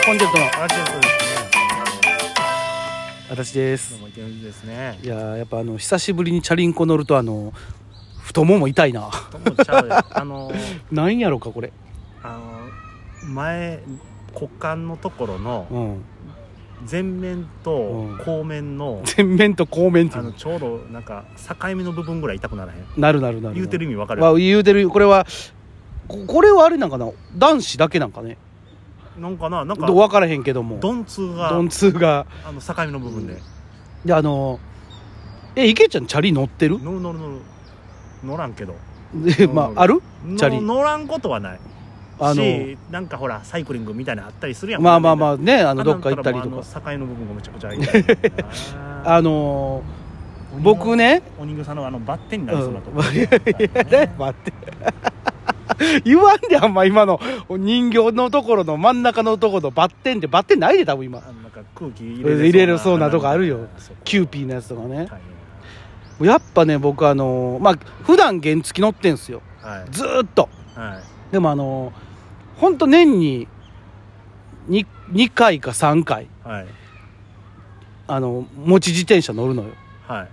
コンチェルトのアーチェルトですね。 私ですどうも池水ですね。 いややっぱ久しぶりにチャリンコ乗ると太もも痛いなともちゃうよなんやろかこれ前股間のところのうん前面と後面の、 前面と後面っていうちょうどなんか境目の部分ぐらい痛くならへん。 なる言うてる意味分かる。 言うてる。これはあれなんかな、男子だけなんかね、 なんか分からへんけども鈍痛が境目の部分で、 で池ちゃんチャリ乗ってる？ 乗らんけどであるチャリ乗らんことはないし、なんかほらサイクリングみたいなのあったりするやん。 まあね、どっか行ったりとか境の部分がめちゃくちゃ痛い僕ね、 お人形さんのバッテンになりそうなとこ、 待って言わんで、あんま今の人形のところの真ん中のところのバッテンってバッテンないで多分今。 なんか空気入れるそうなとこあるよ。キューピーのやつとかね。やっぱね僕普段原付乗ってんすよ、はい、ずーっと、はい、でもほんと年に 2回か3回、はい、持ち自転車乗るのよ、はい、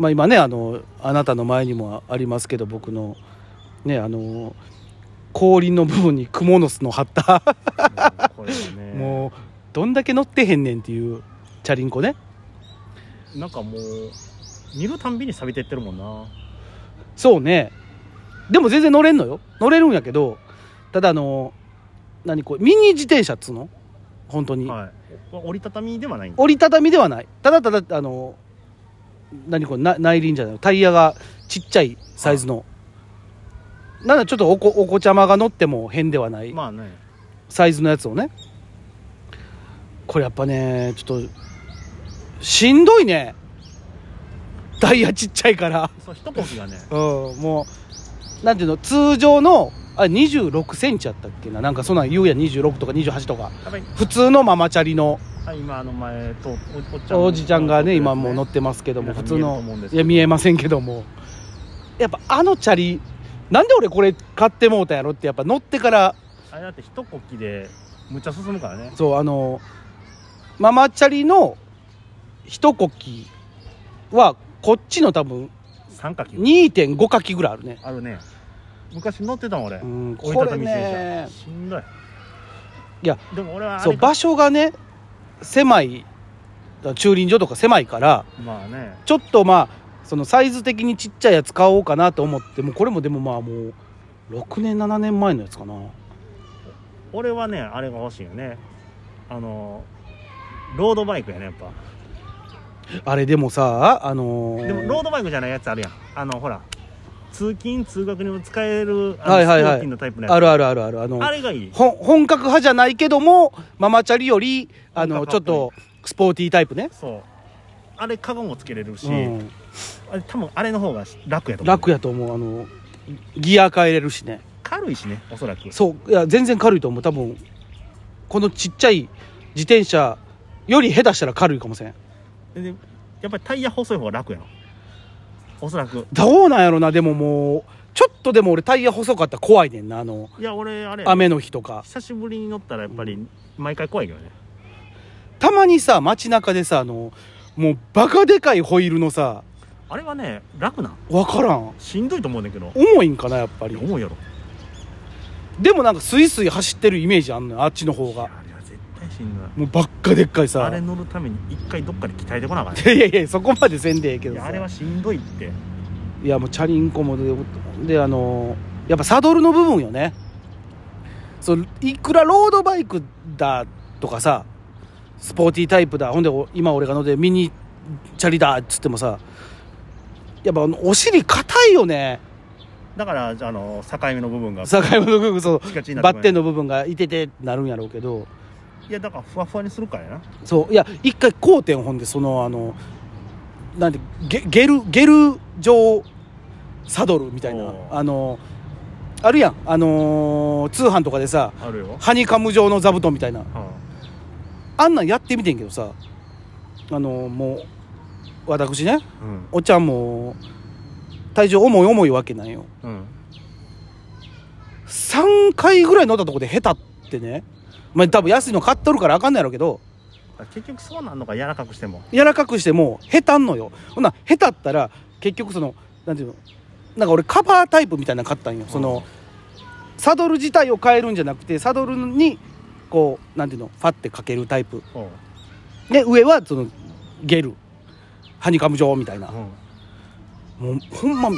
今ねあなたの前にもありますけど、僕のね後輪の部分にクモの巣の張ったこれ、ね、もうどんだけ乗ってへんねんっていうチャリンコね。 なんかもう見るたんびに錆びてってるもんな。 そうね。でも全然乗れんのよ。乗れるんやけど、ただミニ自転車っつうの本当に、はい、 折りたたみではないんだ。 折りたたみではない。ただ内輪じゃない、タイヤがちっちゃいサイズの、なんだちょっとお子ちゃまが乗っても変ではない、まあね、サイズのやつをね。これやっぱねちょっとしんどいね。タイヤちっちゃいから。 そう一呼吸がね、 もうなんていうの、通常の26センチやったっけな、なんかそんなん言うやん、26とか28とか普通のママチャリの、 今前とおじちゃんがね今もう乗ってますけども、普通のいや見えませんけども、やっぱチャリなんで俺これ買ってもうたんやろって、やっぱ乗ってからあれだって一呼吸でむっちゃ進むからね。 そうママチャリの一呼吸はこっちの多分 2.5 かきぐらいあるね。 あるね。昔乗ってたもん俺。 これねしんどい。 いやでも俺は場所がね狭い、駐輪場とか狭いから、まあね、ちょっとそのサイズ的にちっちゃいやつ買おうかなと思って、もうこれもでももう6年7年前のやつかな。 俺はねあれが欲しいよね。ロードバイクやねやっぱ。 あれでもさでもロードバイクじゃないやつあるやん。ほら通勤通学にも使えるスポーティーのタイプのやつ、 あるあれがいい。 本格派じゃないけどもママチャリよりちょっとスポーティータイプね。そうあれカゴもつけれるし、あれ多分あれの方が楽やと思う。 ギア変えれるしね。 軽いしね、おそらく。 そういや全然軽いと思う。多分このちっちゃい自転車より下手したら軽いかもしれん。 でやっぱりタイヤ細い方が楽やろおそらく。 どうなんやろな。でももうちょっとでも俺タイヤ細かったら怖いねんな。 いや俺あれ雨の日とか久しぶりに乗ったらやっぱり毎回怖いけどね。 たまにさ街中でさもうバカでかいホイールのさ、 あれはね楽なん分からん。 しんどいと思うんだけど。 重いんかなやっぱり。 重いやろ。でもなんかスイスイ走ってるイメージあんのよ、あっちの方が。 しんどい。 もうばっかでっかいさ、 あれ乗るために一回どっかで鍛えてこなあかんね。 いやそこまでせんでええけどさ。 あれはしんどいって。 いやもうチャリンコもでやっぱサドルの部分よね。いくらロードバイクだとかさスポーティータイプだ、ほんで今俺が乗ってミニチャリだっつってもさ、やっぱお尻硬いよね。 だから境目の部分がそうバッテンの部分がいててってなるんやろうけど、 いやだからふわふわにするからやな。 そういや一回交点ほんでなんでゲル状サドルみたいなあるやん。通販とかでさあるよ、 ハニカム状の座布団みたいな、あんなんやってみてんけどさ、もう私ね、おっちゃんも体重重いわけなんよ、3回ぐらい乗ったとこで下手ってね、 まあ多分安いの買っとるからあかんのやろうけど、 結局そうなんのか、柔らかくしてもへたんのよ。ほなへたったら結局そのなんていうの、なんか俺カバータイプみたいなの買ったんよ。そのサドル自体を変えるんじゃなくて、サドルにこうなんていうの、ファってかけるタイプで、上はそのゲルハニカム状みたいな、もうほんま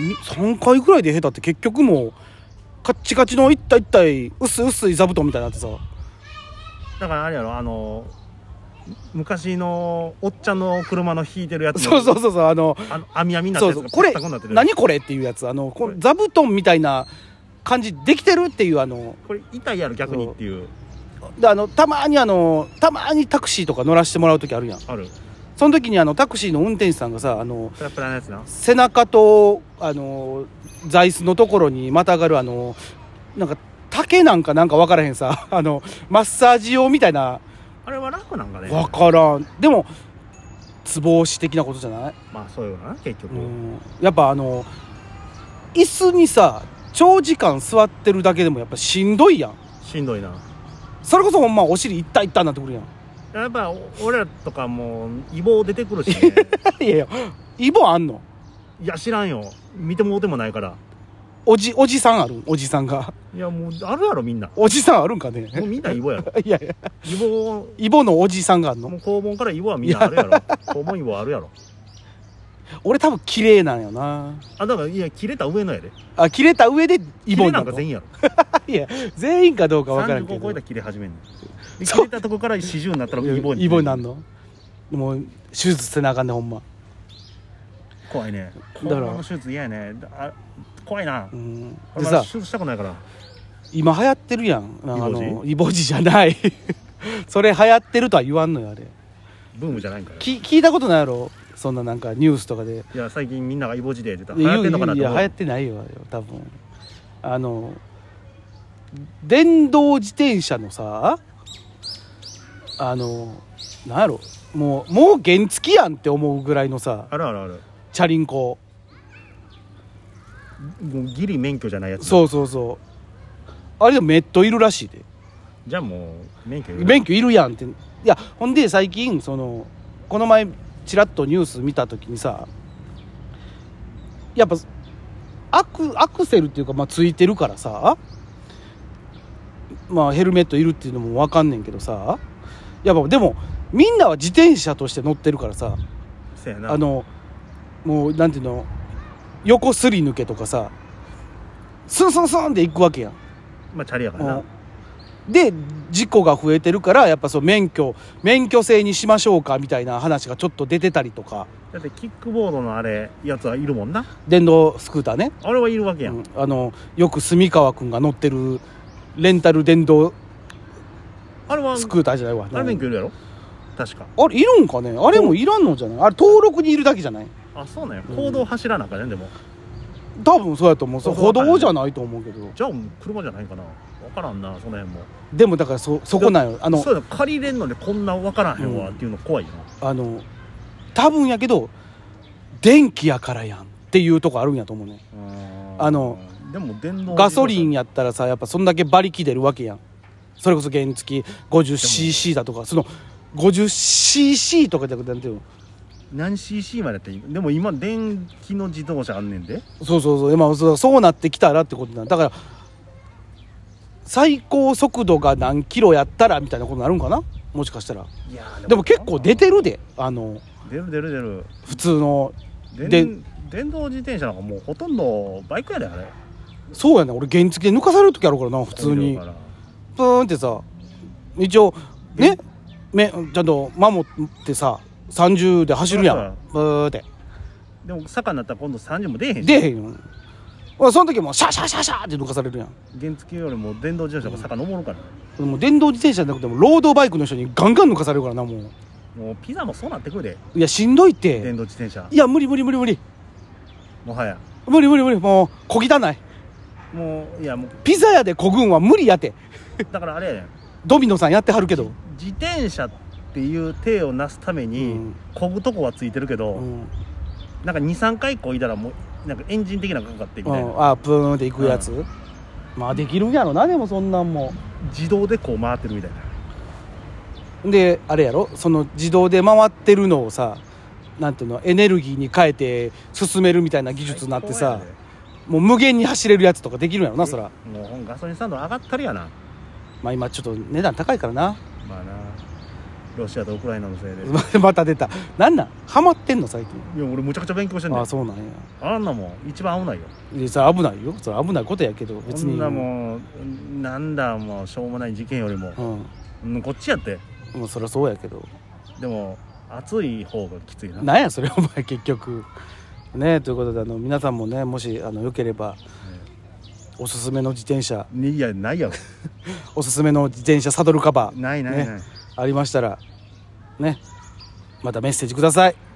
3回ぐらいでへたって、結局もうカッチカチの一体薄い座布団みたいになってさ。 だからあれやろ、昔のおっちゃんの車の引いてるやつの、そう網になってるやつがこれ何これっていうやつ、これ座布団みたいな感じできてるっていう、 これ痛いやろ逆にっていう。 でたまにタクシーとか乗らせてもらう時あるやん。 ある。 その時にタクシーの運転手さんがさ、 プラプラのやつな、 背中と座椅子のところにまたがるなんか竹なんか分からへんさマッサージ用みたいな、 あれは楽なんかね、 分からん。でもツボ押し的なことじゃない？ まあそういうのな結局。 やっぱ椅子にさ長時間座ってるだけでもやっぱしんどいやん。 しんどいな。 それこそほんまお尻いったになってくるやん。 やっぱ俺らとかもイボ出てくるしねいやイボあんの？ いや知らんよ、見てもうてもないから。 おじさんある？おじさんが。 いやもうあるやろみんな。 おじさんあるんかね。 もうみんなイボやろいやイボのおじさんがあるの？ もう肛門からイボはみんなあるやろ。肛門イボあるやろ。 俺多分綺麗なんよな。 だからいや切れた上のやで。 切れた上でイボなんか全員やろいや全員かどうか分からんけど、 35超えたら切れ始めんので、切れたとこから40になったらイボになんの。もう手術せなあかんねほんま。 怖いね。肛門の手術嫌やね。怖いな。 でさ、 手術したくないから。 今流行ってるやん、イボ痔じゃないそれ流行ってるとは言わんのよあれ。 ブームじゃないんかよ。 聞いたことないやろ、そんななんかニュースとかで。 いや最近みんながイボ痔で出た流行ってんのかなと思う。 いや流行ってないよ多分。電動自転車のさ、なんやろ、もう原付やんって思うぐらいのさ、 あるチャリンコ、 もうギリ免許じゃないやつ。 そうあれでもメットいるらしいで。 じゃあもう免許いるやんって。いやほんで最近この前チラッとニュース見た時にさ、やっぱアクセルっていうか、ついてるからさ、ヘルメットいるっていうのも分かんねんけどさ、やっぱでもみんなは自転車として乗ってるからさ、 そうやな。 もうなんていうの、横すり抜けとかさ、スンって行くわけやん。 チャリやからな。 で事故が増えてるから、やっぱ免許制にしましょうかみたいな話がちょっと出てたりとか。 だってキックボードのやつはいるもんな。 電動スクーターね。 あれはいるわけやん。 よく住川くんが乗ってるレンタル電動あれはスクーターじゃないわ。 あれ免許いるやろ確か。 あれいるんかね。あれもいらんのじゃない？あれ登録にいるだけじゃない？ そうなんや。公道走らなあかんねん。でも多分そうやと思う。歩道じゃないと思うけど。 じゃあ車じゃないかな。分からんなその辺も。 でもだからそこなんよ。 そうだ、借りれんのでこんな分からへんわっていうの怖いよな。 多分やけど電気やからやんっていうとこあるんやと思うね。 でも電動ガソリンやったらさ、やっぱそんだけ馬力出るわけやん。それこそ原付 50cc だとか、その 50cc とかじゃなくてなんていうの、 何 cc までやっていい。でも今電気の自動車あんねんで。 そうそうなってきたらってことなんだから、最高速度が何キロやったらみたいなことになるんかな、もしかしたら。 いやでも結構出てるで、 出る普通の電動自転車なんかもうほとんどバイクやであれ。 そうやね。俺原付で抜かされる時あるからな、普通にプーンってさ、一応ね、ちゃんと守ってさ30で走るやん、ブーって。 でも坂になったら今度30も出えへんよ。その時もシャシャシャシャって抜かされるやん。 原付よりも電動自動車が坂登るから、 もう電動自転車じゃなくてもロードバイクの人にガンガン抜かされるからな。もうピザもそうなってくるで。 いやしんどいって。 電動自転車、 いや無理もはや無理もう小汚い。 もういやもうピザ屋で漕ぐんは無理やってだからあれやねん、 ドミノさんやってはるけど、 自転車っていう体をなすために漕ぐとこはついてるけど、なんか 2,3 回漕いだらもうなんかエンジン的なのがかかってみたいな、 プーンっていくやつ、できるんやろな。でもそんなんも自動でこう回ってるみたいな。であれやろ、その自動で回ってるのをさ、なんていうの、エネルギーに変えて進めるみたいな技術になってさ、もう無限に走れるやつとかできるんやろな。そらもうガソリンスタンド上がったりやな。 まあ今ちょっと値段高いからな。 まあな、ロシアとウクライナのせいでまた出た。なんなんハマってんの最近。 いや俺むちゃくちゃ勉強してんねん。 あ、そうなんや。 あんなもん一番危ないよ。 いや、それ危ないよ。それ危ないことやけど、別に。 そんなもんなんだ、もうしょうもない事件よりも、こっちやって。 もうそりゃそうやけど、 でも暑い方がきついな。 なんやそれお前結局ね。ということで皆さんもね、もしよければ、おすすめの自転車、 いやないやろおすすめの自転車サドルカバーない、 ありましたらね、またメッセージください。